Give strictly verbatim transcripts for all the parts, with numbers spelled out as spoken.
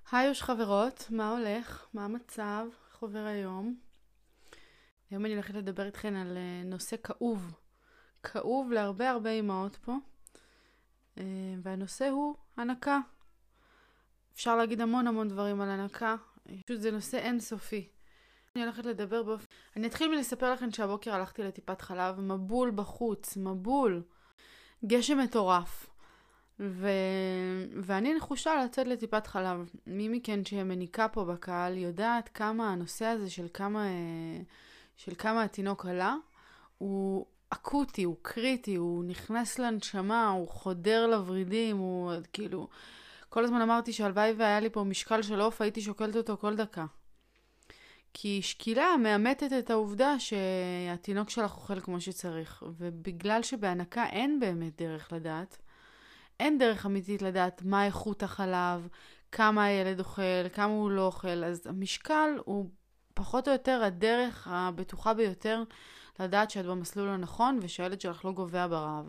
היי יוש חברות, מה הולך? מה המצב? איך עובר היום? היום אני הולכת לדבר איתכן על אה, נושא כאוב. כאוב להרבה הרבה אמהות פה. אה, והנושא הוא הנקה. אפשר להגיד המון המון דברים על הנקה. פשוט זה נושא אינסופי. אני הולכת לדבר באופן... אני אתחיל מלספר לכם שהבוקר הלכתי לטיפת חלב, מבול בחוץ, מבול. גשם מטורף. ו... ואני נחושה לצאת לטיפת חלב. מי מכן שמניקה פה בקהל יודעת כמה הנושא הזה של כמה, אה, של כמה התינוק עלה, הוא אקוטי, הוא קריטי, הוא נכנס לנשמה, הוא חודר לורידים, הוא כאילו... כל הזמן אמרתי שהלוואי והיה לי פה משקל של עוף, הייתי שוקלת אותו כל דקה. כי שקילה מאמתת את העובדה שהתינוק שלך אוכל כמו שצריך. ובגלל שבהנקה אין באמת דרך לדעת, אין דרך אמיתית לדעת מה איכות החלב, כמה הילד אוכל, כמה הוא לא אוכל, אז המשקל הוא פחות או יותר הדרך הבטוחה ביותר לדעת שאת במסלול הנכון ושהילד שלך לא גובע ברעב.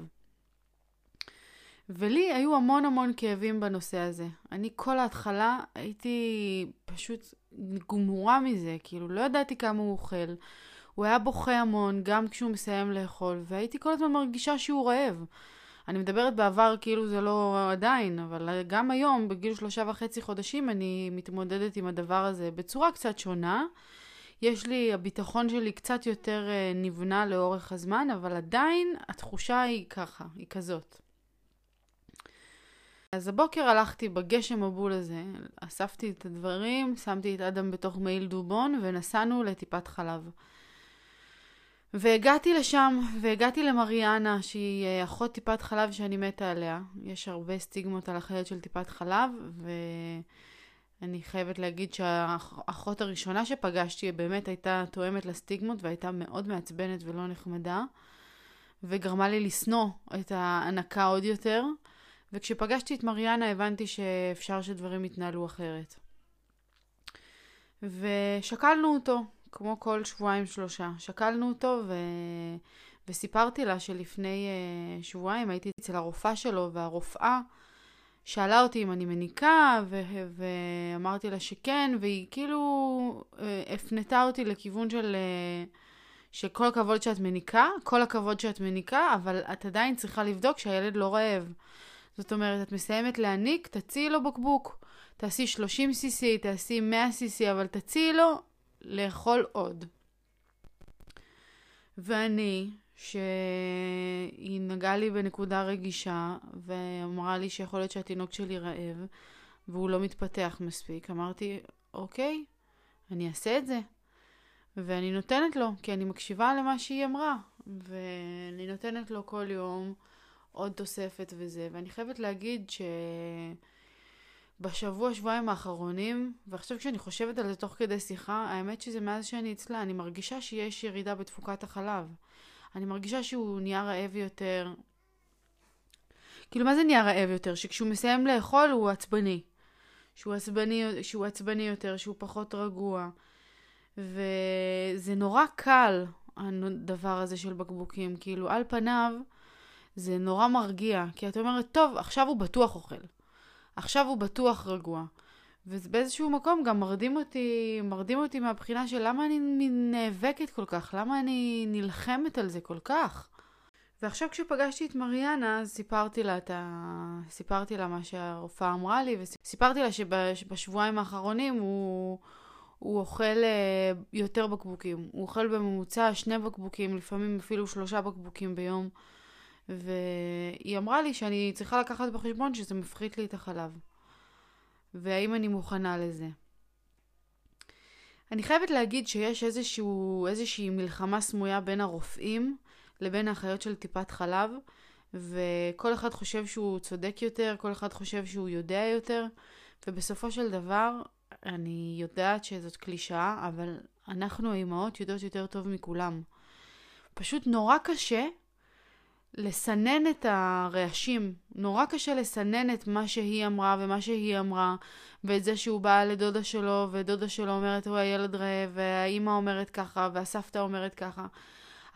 ולי היו המון המון כאבים בנושא הזה. אני כל ההתחלה הייתי פשוט גמורה מזה, כאילו לא ידעתי כמה הוא אוכל. הוא היה בוכה המון גם כשהוא מסיים לאכול, והייתי כל הזמן מרגישה שהוא רעב. אני מדברת בעבר כאילו זה לא עדיין, אבל גם היום בגיל שלושה וחצי חודשים אני מתמודדת עם הדבר הזה בצורה קצת שונה. יש לי, הביטחון שלי קצת יותר נבנה לאורך הזמן, אבל עדיין התחושה היא ככה, היא כזאת. אז הבוקר הלכתי בגשם הבול הזה, אספתי את הדברים, שמתי את אדם בתוך מעיל דובון ונסענו לטיפת חלב. והגעתי לשם, והגעתי למריאנה, שהיא אחות טיפת חלב שאני מתה עליה. יש הרבה סטיגמות על החיית של טיפת חלב, ואני חייבת להגיד שהאחות הראשונה שפגשתי באמת הייתה תואמת לסטיגמות, והייתה מאוד מעצבנת ולא נחמדה, וגרמה לי לסנוע את ההנקה עוד יותר. וכשפגשתי את מריאנה הבנתי שאפשר שדברים יתנהלו אחרת. ושקלנו אותו. כמו כל שבועיים שלושה. שקלנו אותו ו... וסיפרתי לה שלפני uh, שבועיים הייתי אצל הרופאה שלו, והרופאה שאלה אותי אם אני מניקה, ו... ואמרתי לה שכן, והיא כאילו uh, הפנתה אותי לכיוון של, uh, שכל הכבוד שאת מניקה, כל הכבוד שאת מניקה, אבל את עדיין צריכה לבדוק שהילד לא רעב. זאת אומרת, את מסיימת להניק, תציעי לו בקבוק. תעשי שלושים סי סי, תעשי מאה סי סי, אבל תציעי לו לאכול עוד. ואני, שהיא נגעה לי בנקודה רגישה, ואמרה לי שיכול להיות שהתינוק שלי רעב, והוא לא מתפתח מספיק. אמרתי, אוקיי, אני אעשה את זה. ואני נותנת לו, כי אני מקשיבה למה שהיא אמרה. ואני נותנת לו כל יום עוד תוספת וזה. ואני חייבת להגיד ש... בשבוע, שבועיים האחרונים, ועכשיו כשאני חושבת על זה תוך כדי שיחה, האמת שזה מאז שאני אצלה, אני מרגישה שיש ירידה בתפוקת החלב. אני מרגישה שהוא נהיה רעב יותר. כאילו, מה זה נהיה רעב יותר? שכשהוא מסיים לאכול הוא עצבני. שהוא עצבני, שהוא עצבני יותר, שהוא פחות רגוע. וזה נורא קל, הדבר הזה של בקבוקים. כאילו, על פניו, זה נורא מרגיע. כי את אומרת, טוב, עכשיו הוא בטוח אוכל. עכשיו הוא בטוח רגוע. ובאיזשהו מקום גם מרדים אותי, מרדים אותי מהבחינה של למה אני נאבקת כל כך, למה אני נלחמת על זה כל כך. ועכשיו כשפגשתי את מריאנה, סיפרתי לה את ה... סיפרתי לה מה שהרופאה אמרה לי, וסיפרתי לה שבשבועיים האחרונים הוא, הוא אוכל יותר בקבוקים. הוא אוכל בממוצע שני בקבוקים, לפעמים אפילו שלושה בקבוקים ביום. והיא אמרה לי שאני צריכה לקחת בחשבון שזה מפחית לי את החלב. והאם אני מוכנה לזה. אני חייבת להגיד שיש איזשהו, איזושהי מלחמה סמויה בין הרופאים לבין האחיות של טיפת חלב, וכל אחד חושב שהוא צודק יותר, כל אחד חושב שהוא יודע יותר, ובסופו של דבר אני יודעת שזאת קלישאה, אבל אנחנו האימהות יודעות יותר טוב מכולם. פשוט נורא קשה לסנן את הרעשים. נורא קשה לסנן את מה שהיא אמרה ומה שהיא אמרה, ואת זה שהוא בא לדודה שלו, ודודה שלו אומרת הוא הילד רעב, והאימא אומרת ככה, והסבתא אומרת ככה.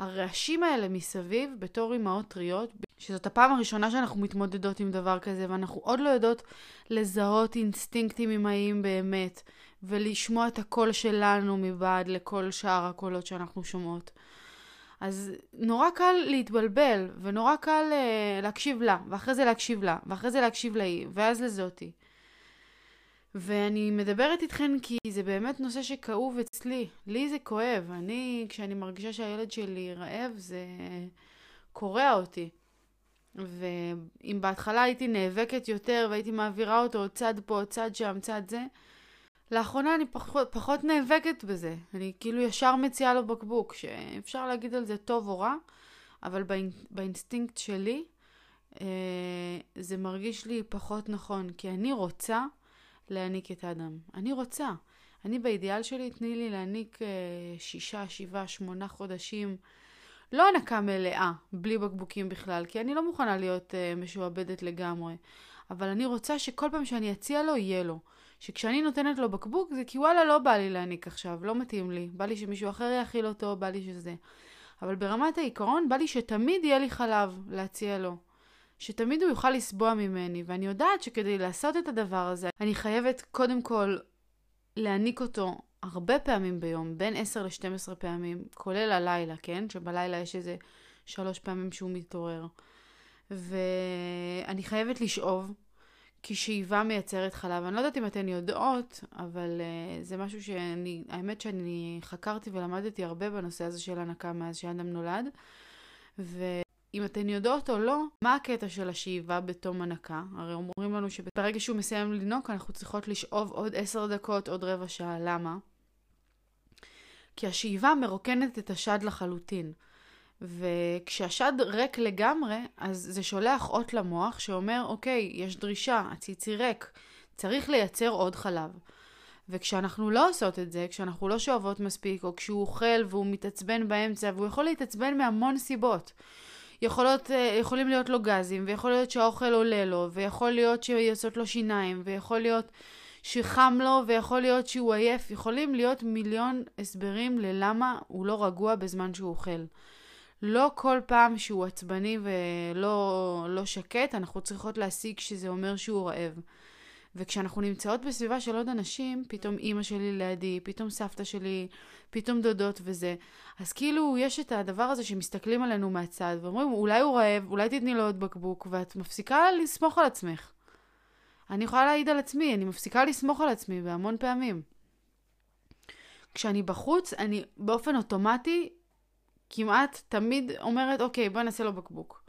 הרעשים האלה מסביב, בתור אמהות טריות, שזאת הפעם הראשונה שאנחנו מתמודדות עם דבר כזה, ואנחנו עוד לא יודעות לזהות אינסטינקטים אמהיים באמת, ולשמוע את הקול שלנו מבעד לכל שאר הקולות שאנחנו שומעות. אז נורא קל להתבלבל, ונורא קל uh, להקשיב לה, ואחרי זה להקשיב לה, ואחרי זה להקשיב להיא, ואז לזאתי. ואני מדברת איתכן כי זה באמת נושא שכאוב אצלי. לי זה כואב. אני, כשאני מרגישה שהילד שלי רעב, זה קורע אותי. ואם בהתחלה הייתי נאבקת יותר, והייתי מעבירה אותו צד פה, צד שם, צד זה, לאחרונה אני פחות, פחות נאבקת בזה. אני כאילו ישר מציעה לו בקבוק, שאפשר להגיד על זה טוב או רע, אבל באינ, באינסטינקט שלי, אה, זה מרגיש לי פחות נכון, כי אני רוצה להעניק את האדם. אני רוצה. אני באידיאל שלי, תני לי להעניק אה, שישה, שבעה, שמונה חודשים, לא הנקה מלאה, בלי בקבוקים בכלל, כי אני לא מוכנה להיות אה, משועבדת לגמרי. אבל אני רוצה שכל פעם שאני אציע לו, יהיה לו. שכשאני נותנת לו בקבוק, זה כי וואלה לא בא לי להעניק עכשיו, לא מתאים לי. בא לי שמישהו אחר יאכיל אותו, בא לי שזה. אבל ברמת העיקרון, בא לי שתמיד יהיה לי חלב להציע לו. שתמיד הוא יוכל לסבוע ממני, ואני יודעת שכדי לעשות את הדבר הזה, אני חייבת קודם כל להעניק אותו הרבה פעמים ביום, בין עשר ל-שתים עשרה פעמים, כולל הלילה, כן? שבלילה יש איזה שלוש פעמים שהוא מתעורר. ואני חייבת לשאוב, כי שאיבה מייצרת חלב. אני לא יודעת אם אתן יודעות, אבל uh, זה משהו שאני, האמת שאני חקרתי ולמדתי הרבה בנושא הזה של הנקה מאז שאדם נולד, ו... אם אתן יודעות או לא, מה הקטע של השאיבה בתום הנקה? הרי אומרים לנו שברגע שהוא מסיים לנוק, אנחנו צריכות לשאוב עוד עשר דקות, עוד רבע שעה. למה? כי השאיבה מרוקנת את השד לחלוטין. וכשהשד ריק לגמרי, אז זה שולח אות למוח שאומר, אוקיי, יש דרישה, הציצי ריק, צריך לייצר עוד חלב. וכשאנחנו לא עושות את זה, כשאנחנו לא שואבות מספיק, או כשהוא אוכל והוא מתעצבן באמצע, והוא יכול להתעצבן מהמון סיבות. יכולות, יכולים להיות לו גזים, ויכול להיות שהאוכל עולה לו, ויכול להיות שיעשות לו שיניים, ויכול להיות שחם לו, ויכול להיות שהוא עייף. יכולים להיות מיליון הסברים ללמה הוא לא רגוע בזמן שהוא אוכל. לא כל פעם שהוא עצבני ולא לא שקט, אנחנו צריכות להשיג שזה אומר שהוא רעב. וכשאנחנו נמצאות בסביבה של עוד אנשים, פתאום אמא שלי לידי, פתאום סבתא שלי, פתאום דודות וזה, אז כאילו יש את הדבר הזה שמסתכלים עלינו מהצד, ואומרים, אולי הוא רעב, אולי תתני לו עוד בקבוק, ואת מפסיקה לסמוך על עצמך. אני יכולה להעיד על עצמי, אני מפסיקה לסמוך על עצמי בהמון פעמים. כשאני בחוץ, אני באופן אוטומטי, כמעט תמיד אומרת, אוקיי, בוא נעשה לו בקבוק.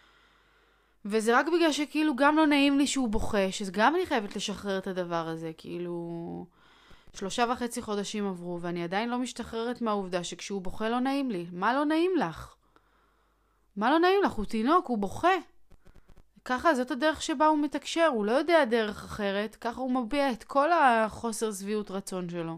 וזה רק בגלל שכאילו גם לא נעים לי שהוא בוכה, שגם אני חייבת לשחרר את הדבר הזה, כאילו שלושה וחצי חודשים עברו, ואני עדיין לא משתחררת מהעובדה שכשהוא בוכה לא נעים לי. מה לא נעים לך? מה לא נעים לך? הוא תינוק, הוא בוכה. ככה, זאת הדרך שבה הוא מתקשר, הוא לא יודע דרך אחרת, ככה הוא מביע את כל החוסר שביעות רצון שלו.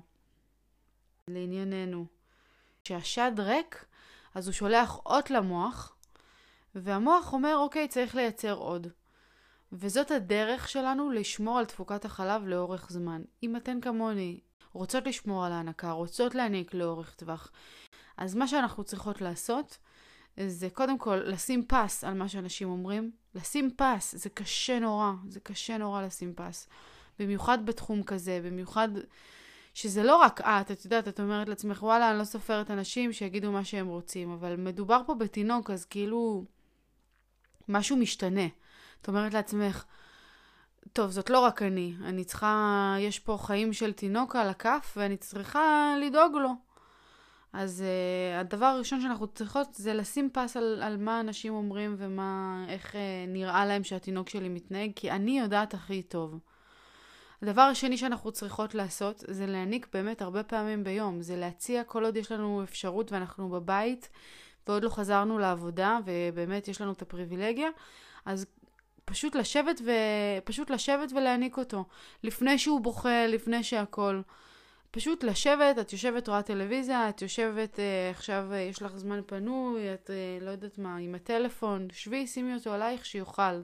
לענייננו, כשהשד ריק, אז הוא שולח אות למוח, והמוח אומר, אוקיי, צריך לייצר עוד. וזאת הדרך שלנו לשמור על תפוקת החלב לאורך זמן. אם אתן כמוני רוצות לשמור על ההנקה, רוצות להעניק לאורך טווח, אז מה שאנחנו צריכות לעשות, זה קודם כל לשים פס על מה שאנשים אומרים. לשים פס, זה קשה נורא, זה קשה נורא לשים פס. במיוחד בתחום כזה, במיוחד שזה לא רק את, את יודעת, את אומרת לעצמך, וואלה, אני לא סופרת אנשים שיגידו מה שהם רוצים, אבל מדובר פה בתינוק, אז כאילו משהו משתנה. את אומרת לעצמך, טוב, זאת לא רק אני, אני צריכה, יש פה חיים של תינוק על הכף, ואני צריכה לדאוג לו. אז uh, הדבר הראשון שאנחנו צריכות זה לשים פס על, על מה אנשים אומרים ומה, איך uh, נראה להם שהתינוק שלי מתנהג, כי אני יודעת הכי טוב. הדבר השני שאנחנו צריכות לעשות זה להעניק באמת הרבה פעמים ביום, זה להציע כל עוד יש לנו אפשרות ואנחנו בבית ועוד לא חזרנו לעבודה ובאמת יש לנו את הפריבילגיה, אז פשוט לשבת ופשוט לשבת ולהעניק אותו לפני שהוא בוכה, לפני שהכל. פשוט לשבת, את יושבת רואה טלוויזיה, את יושבת אה, עכשיו אה, יש לך זמן פנוי, את אה, לא יודעת מה, עם הטלפון, שבי, שימי אותו עלייך שיוכל.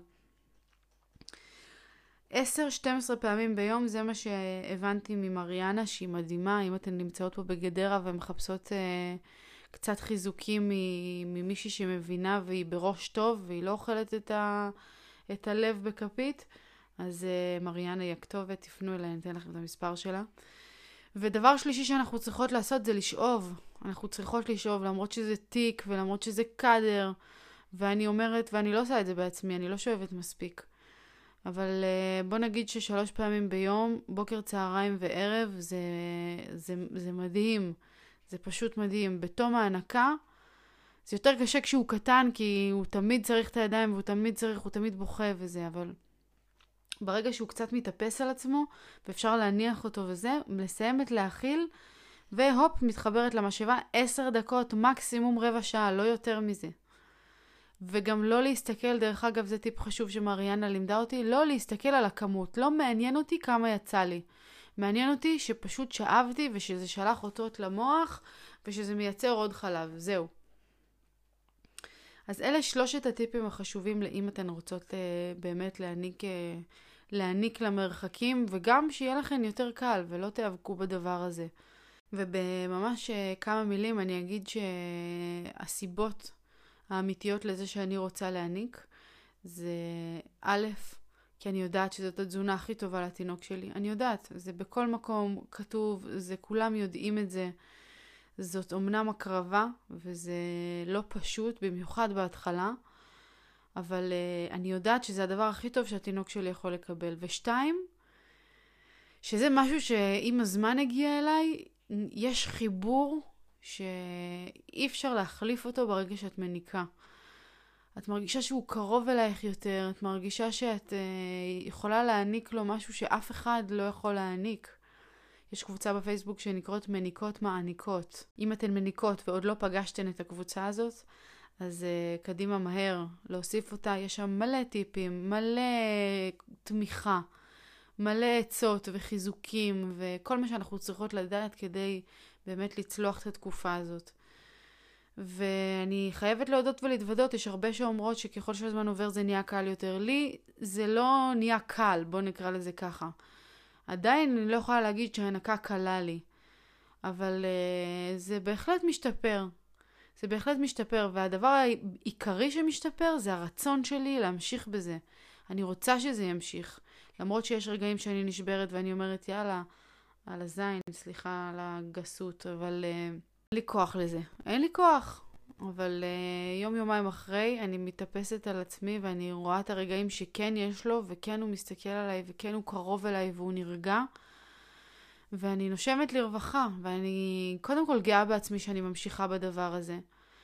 עשר שתים עשרה פעמים ביום זה מה שהבנתי ממריאנה שהיא מדהימה, אם אתן נמצאות פה בגדרה ומחפשות אה, קצת חיזוקים ממישהי שמבינה והיא בראש טוב והיא לא אוכלת את, ה, את הלב בכפית, אז uh, מריאנה היא הכתובת, תפנו אליה, ניתן לכם את המספר שלה. ודבר שלישי שאנחנו צריכות לעשות זה לשאוב. אנחנו צריכות לשאוב, למרות שזה תיק ולמרות שזה קדר, ואני אומרת, ואני לא עושה את זה בעצמי, אני לא שואבת מספיק. אבל uh, בוא נגיד ששלוש פעמים ביום, בוקר, צהריים וערב, זה, זה, זה מדהים. זה פשוט מדהים. בתום ההנקה, זה יותר קשה כשהוא קטן, כי הוא תמיד צריך את הידיים, והוא תמיד צריך, הוא תמיד בוכה וזה, אבל ברגע שהוא קצת מתאפס על עצמו, ואפשר להניח אותו וזה, מסיימת להאכיל, והופ, מתחברת למשאבה עשר דקות, מקסימום רבע שעה, לא יותר מזה. וגם לא להסתכל, דרך אגב, זה טיפ חשוב שמריאנה לימדה אותי, לא להסתכל על הכמות, לא מעניין אותי כמה יצא לי. מעניין אותי שפשוט שאבתי ושזה שלח אותות למוח ושזה מייצר עוד חלב, זהו. אז אלה שלושת הטיפים החשובים לאם אתן רוצות באמת להעניק, להעניק למרחקים, וגם שיהיה לכן יותר קל ולא תיאבקו בדבר הזה. ובממש כמה מילים אני אגיד שהסיבות האמיתיות לזה שאני רוצה להעניק זה א', כי אני יודעת שזאת התזונה הכי טובה לתינוק שלי. אני יודעת, זה בכל מקום כתוב, זה כולם יודעים את זה. זאת אומנם הקרבה, וזה לא פשוט, במיוחד בהתחלה, אבל uh, אני יודעת שזה הדבר הכי טוב שהתינוק שלי יכול לקבל. ושתיים, שזה משהו שעם הזמן הגיע אליי, יש חיבור שאי אפשר להחליף אותו ברגע שאת מניקה. את מרגישה שהוא קרוב אלייך יותר, את מרגישה שאת uh, יכולה להעניק לו משהו שאף אחד לא יכול להעניק. יש קבוצה בפייסבוק שנקראת מניקות מעניקות. אם אתן מניקות ועוד לא פגשתן את הקבוצה הזאת, אז uh, קדימה מהר להוסיף אותה. יש שם מלא טיפים, מלא תמיכה, מלא עצות וחיזוקים, וכל מה שאנחנו צריכות לדעת כדי באמת לצלוח את התקופה הזאת. ואני חייבת להודות ולהתוודות, יש הרבה שאומרות שככל שהזמן עובר זה נהיה קל יותר. לי זה לא נהיה קל, בוא נקרא לזה ככה. עדיין אני לא יכולה להגיד שההנקה קלה לי, אבל uh, זה בהחלט משתפר. זה בהחלט משתפר, והדבר העיקרי שמשתפר זה הרצון שלי להמשיך בזה. אני רוצה שזה ימשיך, למרות שיש רגעים שאני נשברת ואני אומרת יאללה, על הזין, סליחה על הגסות, אבל uh, אין לי כוח לזה. אין לי כוח. אבל uh, יום יומיים אחרי אני מתאפסת על עצמי ואני רואה את הרגעים שכן יש לו וכן הוא מסתכל עליי וכן הוא קרוב אליי והוא נרגע ואני נושמת לרווחה ואני קודם כל גאה בעצמי שאני ממשיכה בדבר הזה.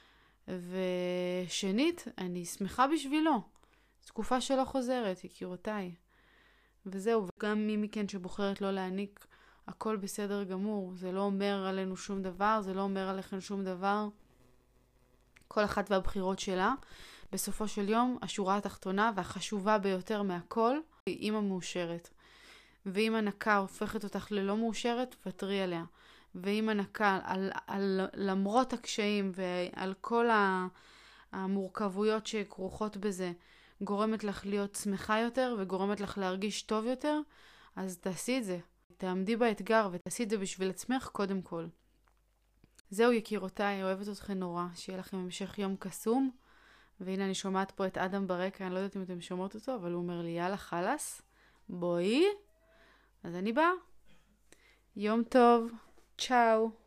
ושנית, אני שמחה בשבילו. תקופה שלא חוזרת, יקירותיי. וזהו, וגם מי מכן שבוחרת לא להעניק, הכל בסדר גמור. זה לא אומר עלינו שום דבר, זה לא אומר עליכם שום דבר. כל אחת והבחירות שלה. בסופו של יום, השורה התחתונה והחשובה ביותר מהכל, היא אימא מאושרת. ואם הנקה הופכת אותך ללא מאושרת, ותרי עליה. ואם הנקה, על, על, למרות הקשיים ועל כל המורכבויות שכרוכות בזה, גורמת לך להיות שמחה יותר וגורמת לך להרגיש טוב יותר, אז תעשי את זה. תעמדי באתגר ותעשי את זה בשביל עצמך קודם כל. זהו יקירותיי, אוהבת אתכם נורא, שיהיה לכם המשך יום קסום. והנה אני שומעת פה את אדם ברקע, אני לא יודעת אם אתם שומעות אותו, אבל הוא אומר לי יאללה חלס, בואי. אז אני באה. יום טוב, צ'או.